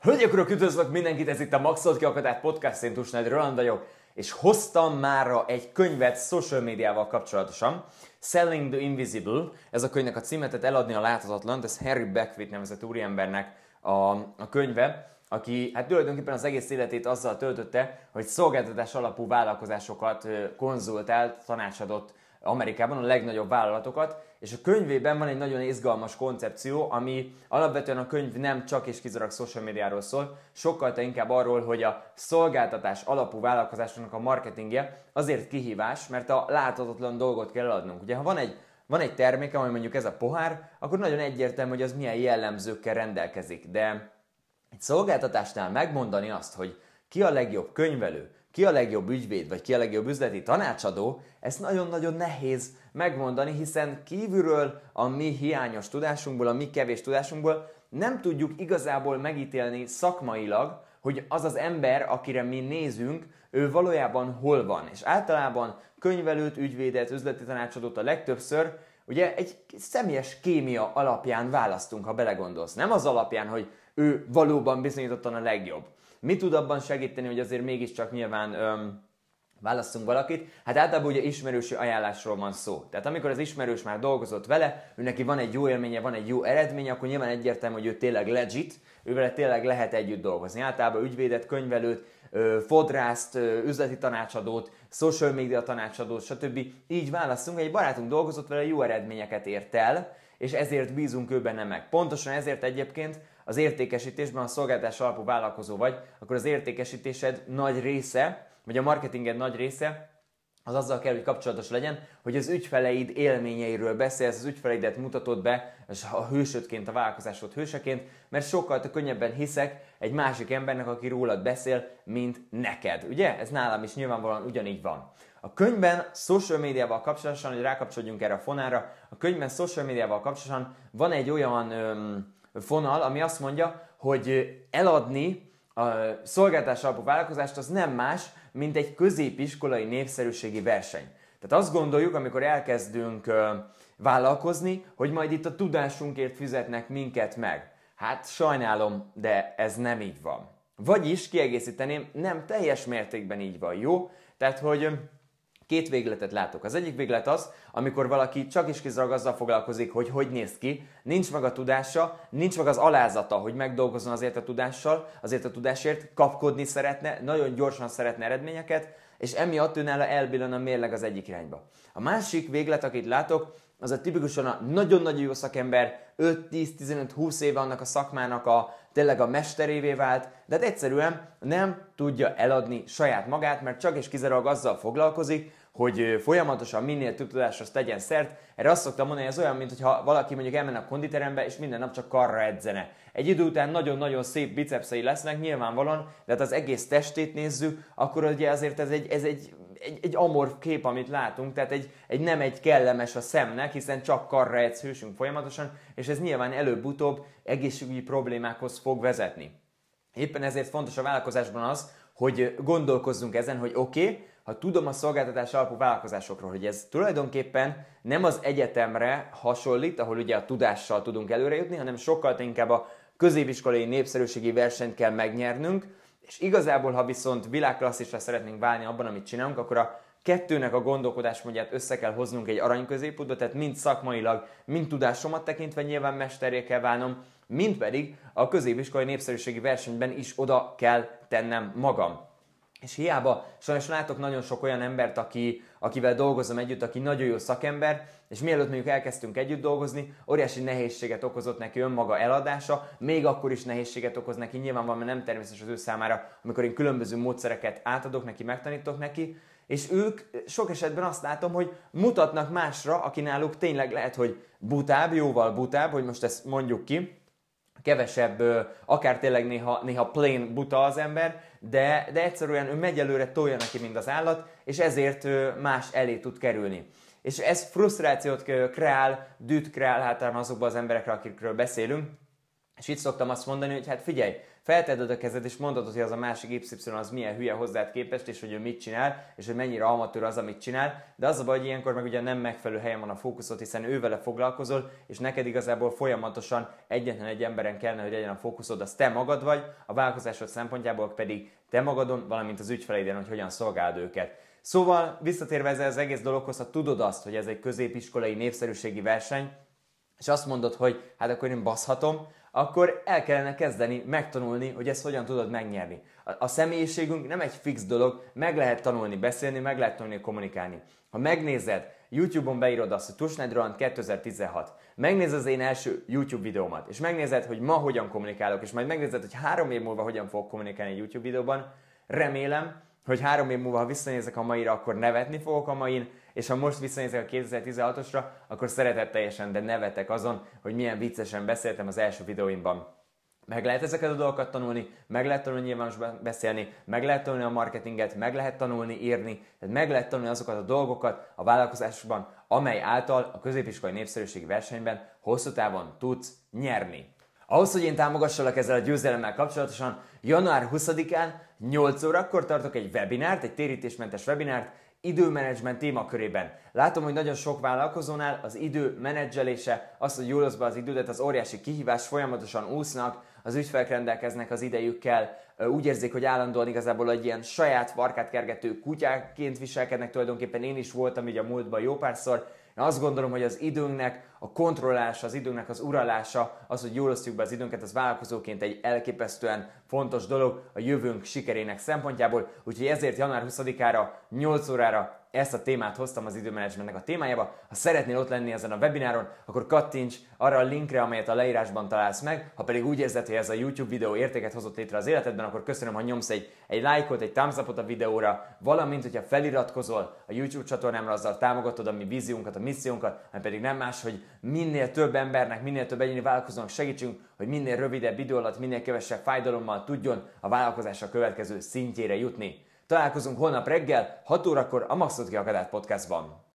Hölgyek, urak, üdvözlök mindenkit, ez itt a Maxolt ki Akadát Podcast, én Tusnád Roland vagyok, és hoztam mára egy könyvet social médiával kapcsolatosan. Selling the Invisible, ez a könyvnek a címe, tehát eladni a láthatatlant, ez Harry Beckwith nevezett úriembernek a könyve, aki hát tulajdonképpen az egész életét azzal töltötte, hogy szolgáltatás alapú vállalkozásokat konzultált, tanácsadott Amerikában, a legnagyobb vállalatokat, és a könyvében van egy nagyon izgalmas koncepció, ami alapvetően a könyv nem csak és kizárólag social médiáról szól, sokkal inkább arról, hogy a szolgáltatás alapú vállalkozásoknak a marketingje azért kihívás, mert a láthatatlan dolgot kell eladnunk. Ugye, ha van egy terméke, ami mondjuk ez a pohár, akkor nagyon egyértelmű, hogy az milyen jellemzőkkel rendelkezik, de egy szolgáltatásnál megmondani azt, hogy ki a legjobb könyvelő, ki a legjobb ügyvéd, vagy ki a legjobb üzleti tanácsadó, ezt nagyon-nagyon nehéz megmondani, hiszen kívülről a mi hiányos tudásunkból, a mi kevés tudásunkból nem tudjuk igazából megítélni szakmailag, hogy az az ember, akire mi nézünk, ő valójában hol van. És általában könyvelőt, ügyvédet, üzleti tanácsadót a legtöbbször ugye egy személyes kémia alapján választunk, ha belegondolsz. Nem az alapján, hogy ő valóban bizonyítottan a legjobb. Mi tud abban segíteni, hogy azért mégiscsak nyilván válasszunk valakit? Hát általában ugye ismerősi ajánlásról van szó. Tehát amikor az ismerős már dolgozott vele, ő neki van egy jó élménye, van egy jó eredménye, akkor nyilván egyértelmű, hogy ő tényleg legit, ővele tényleg lehet együtt dolgozni. Általában ügyvédet, könyvelőt, fodrászt, üzleti tanácsadót, social media tanácsadót, stb. Így választunk, egy barátunk dolgozott vele, jó eredményeket ért el, és ezért bízunk ő benne meg. Pontosan ezért egyébként az értékesítésben, ha szolgáltatás alapú vállalkozó vagy, akkor az értékesítésed nagy része, vagy a marketinged nagy része, az azzal kell, hogy kapcsolatos legyen, hogy az ügyfeleid élményeiről beszélsz, az ügyfeleidet mutatod be a hősödként, a vállalkozásod hőseként, mert sokkal könnyebben hiszek egy másik embernek, aki rólad beszél, mint neked. Ugye? Ez nálam is nyilvánvalóan ugyanígy van. A könyvben social médiával kapcsolatosan, hogy rákapcsolódjunk erre a fonára, a könyvben social médiával kapcsolatosan van egy olyan fonal, ami azt mondja, hogy eladni a szolgáltatás alapú vállalkozást az nem más, mint egy középiskolai népszerűségi verseny. Tehát azt gondoljuk, amikor elkezdünk vállalkozni, hogy majd itt a tudásunkért fizetnek minket meg. Hát sajnálom, de ez nem így van. Vagyis kiegészíteném, nem teljes mértékben így van, jó? Tehát, hogy két végletet látok. Az egyik véglet az, amikor valaki csak is kizárólag azzal foglalkozik, hogy hogy néz ki, nincs meg a tudása, nincs meg az alázata, hogy megdolgozzon azért a tudással, azért a tudásért, kapkodni szeretne, nagyon gyorsan szeretne eredményeket, és emiatt őnála elbillen a mérleg az egyik irányba. A másik véglet, akit látok, az a tipikusan a nagyon-nagyon jó szakember, 5-10-15-20 éve annak a szakmának tényleg a mesterévé vált, de hát egyszerűen nem tudja eladni saját magát, mert csak és kizárólag azzal foglalkozik, hogy folyamatosan minél több tudásra tegyen szert. Erre azt szoktam mondani, hogy ez olyan, mintha valaki mondjuk elmenne a konditerembe, és minden nap csak karra edzene. Egy idő után nagyon-nagyon szép bicepszei lesznek, nyilvánvalóan, de hát az egész testét nézzük, akkor ugye azért ez egy amorf kép, amit látunk, tehát nem egy kellemes a szemnek, hiszen csak karra edz hősünk folyamatosan, és ez nyilván előbb-utóbb egészségügyi problémákhoz fog vezetni. Éppen ezért fontos a vállalkozásban az, hogy gondolkozzunk ezen, hogy oké, ha tudom a szolgáltatás alapú vállalkozásokról, hogy ez tulajdonképpen nem az egyetemre hasonlít, ahol ugye a tudással tudunk előrejutni, hanem sokkal inkább a középiskolai népszerűségi versenyt kell megnyernünk, és igazából, ha viszont világklasszisra szeretnénk válni abban, amit csinálunk, akkor a kettőnek a gondolkodásmódját össze kell hoznunk egy arany középútba, tehát mind szakmailag, mind tudásomat tekintve nyilván mesterré kell válnom, mind pedig a középiskolai népszerűségi versenyben is oda kell tennem magam. És hiába sajnos látok nagyon sok olyan embert, akivel dolgozom együtt, aki nagyon jó szakember, és mielőtt mondjuk elkezdtünk együtt dolgozni, óriási nehézséget okozott neki önmaga eladása, még akkor is nehézséget okoz neki, nyilvánvalóan, mert nem természetes az ő számára, amikor én különböző módszereket átadok neki, megtanítok neki, és ők sok esetben azt látom, hogy mutatnak másra, aki náluk tényleg lehet, hogy butább, jóval butább, hogy most ezt mondjuk ki, kevesebb, akár tényleg néha plain buta az ember, de egyszerűen ő megy előre, tolja neki, mint az állat, és ezért más elé tud kerülni. És ez frusztrációt kreál, düht kreál általában azokban az emberekre, akikről beszélünk, és itt szoktam azt mondani, hogy hát figyelj, feltedd a kezed, és mondhatod, hogy az a másik Y az milyen hülye hozzád képest, és hogy ő mit csinál, és hogy mennyire amatőr az, amit csinál, de az a baj, hogy ilyenkor meg ugye nem megfelelő helyen van a fókuszod, hiszen ő vele foglalkozol, és neked igazából folyamatosan egyetlen egy emberen kellene, hogy legyen a fókuszod, az te magad vagy, a vállalkozásod szempontjából pedig te magadon, valamint az ügyfeleiden, hogy hogyan szolgálod őket. Szóval visszatérve ezzel az egész dologhoz, ha tudod azt, hogy ez egy középiskolai népszerűségi verseny, és azt mondod, hogy hát akkor én baszhatom, akkor el kellene kezdeni megtanulni, hogy ezt hogyan tudod megnyerni. A személyiségünk nem egy fix dolog, meg lehet tanulni beszélni, meg lehet tanulni kommunikálni. Ha megnézed, YouTube-on beírod azt, hogy Tusnád Roland 2016, megnézed az én első YouTube videómat, és megnézed, hogy ma hogyan kommunikálok, és majd megnézed, hogy 3 év múlva hogyan fogok kommunikálni egy YouTube videóban, remélem, hogy 3 év múlva, ha visszanézek a maira, akkor nevetni fogok a main, és ha most visszanézek a 2016-osra, akkor szeretetteljesen, de nevetek azon, hogy milyen viccesen beszéltem az első videóimban. Meg lehet ezeket a dolgokat tanulni, meg lehet tanulni nyilvánosan beszélni, meg lehet tanulni a marketinget, meg lehet tanulni írni, tehát meg lehet tanulni azokat a dolgokat a vállalkozásban, amely által a középiskolai népszerűségi versenyben hosszú távon tudsz nyerni. Ahhoz, hogy én támogassalak ezzel a győzelemmel kapcsolatosan, január 20-án 8 órakor tartok egy webinárt, egy térítésmentes webinárt, időmenedzsment témakörében. Látom, hogy nagyon sok vállalkozónál az idő menedzselése, az, hogy jól oszd be az idődet, az óriási kihívás, folyamatosan úsznak, az ügyfelek rendelkeznek az idejükkel, úgy érzik, hogy állandóan igazából egy ilyen saját farkát kergető kutyáként viselkednek, tulajdonképpen én is voltam így a múltban jó párszor. Én azt gondolom, hogy az időnknek a kontrollálása, az időnknek az uralása, az, hogy jól osztjuk be az időnket, az vállalkozóként egy elképesztően fontos dolog a jövőnk sikerének szempontjából. Úgyhogy ezért január 20-ára, 8 órára ezt a témát hoztam az időmenedzsmentnek a témájába. Ha szeretnél ott lenni ezen a webináron, akkor kattints arra a linkre, amelyet a leírásban találsz meg. Ha pedig úgy érzed, hogy ez a YouTube videó értéket hozott létre az életedben, akkor köszönöm, ha nyomsz egy lájkot, egy thumbs upot a videóra, valamint, hogyha feliratkozol a YouTube csatornámra, azzal támogatod a mi víziónkat, a missziónkat, ami pedig nem más, hogy minél több embernek, minél több egyéni vállalkozónak segítsünk, hogy minél rövidebb idő alatt, minél kevesebb fájdalommal tudjon a vállalkozása következő szintjére jutni. Találkozunk holnap reggel, 6 órakor a Maxot ki Akadát podcastban.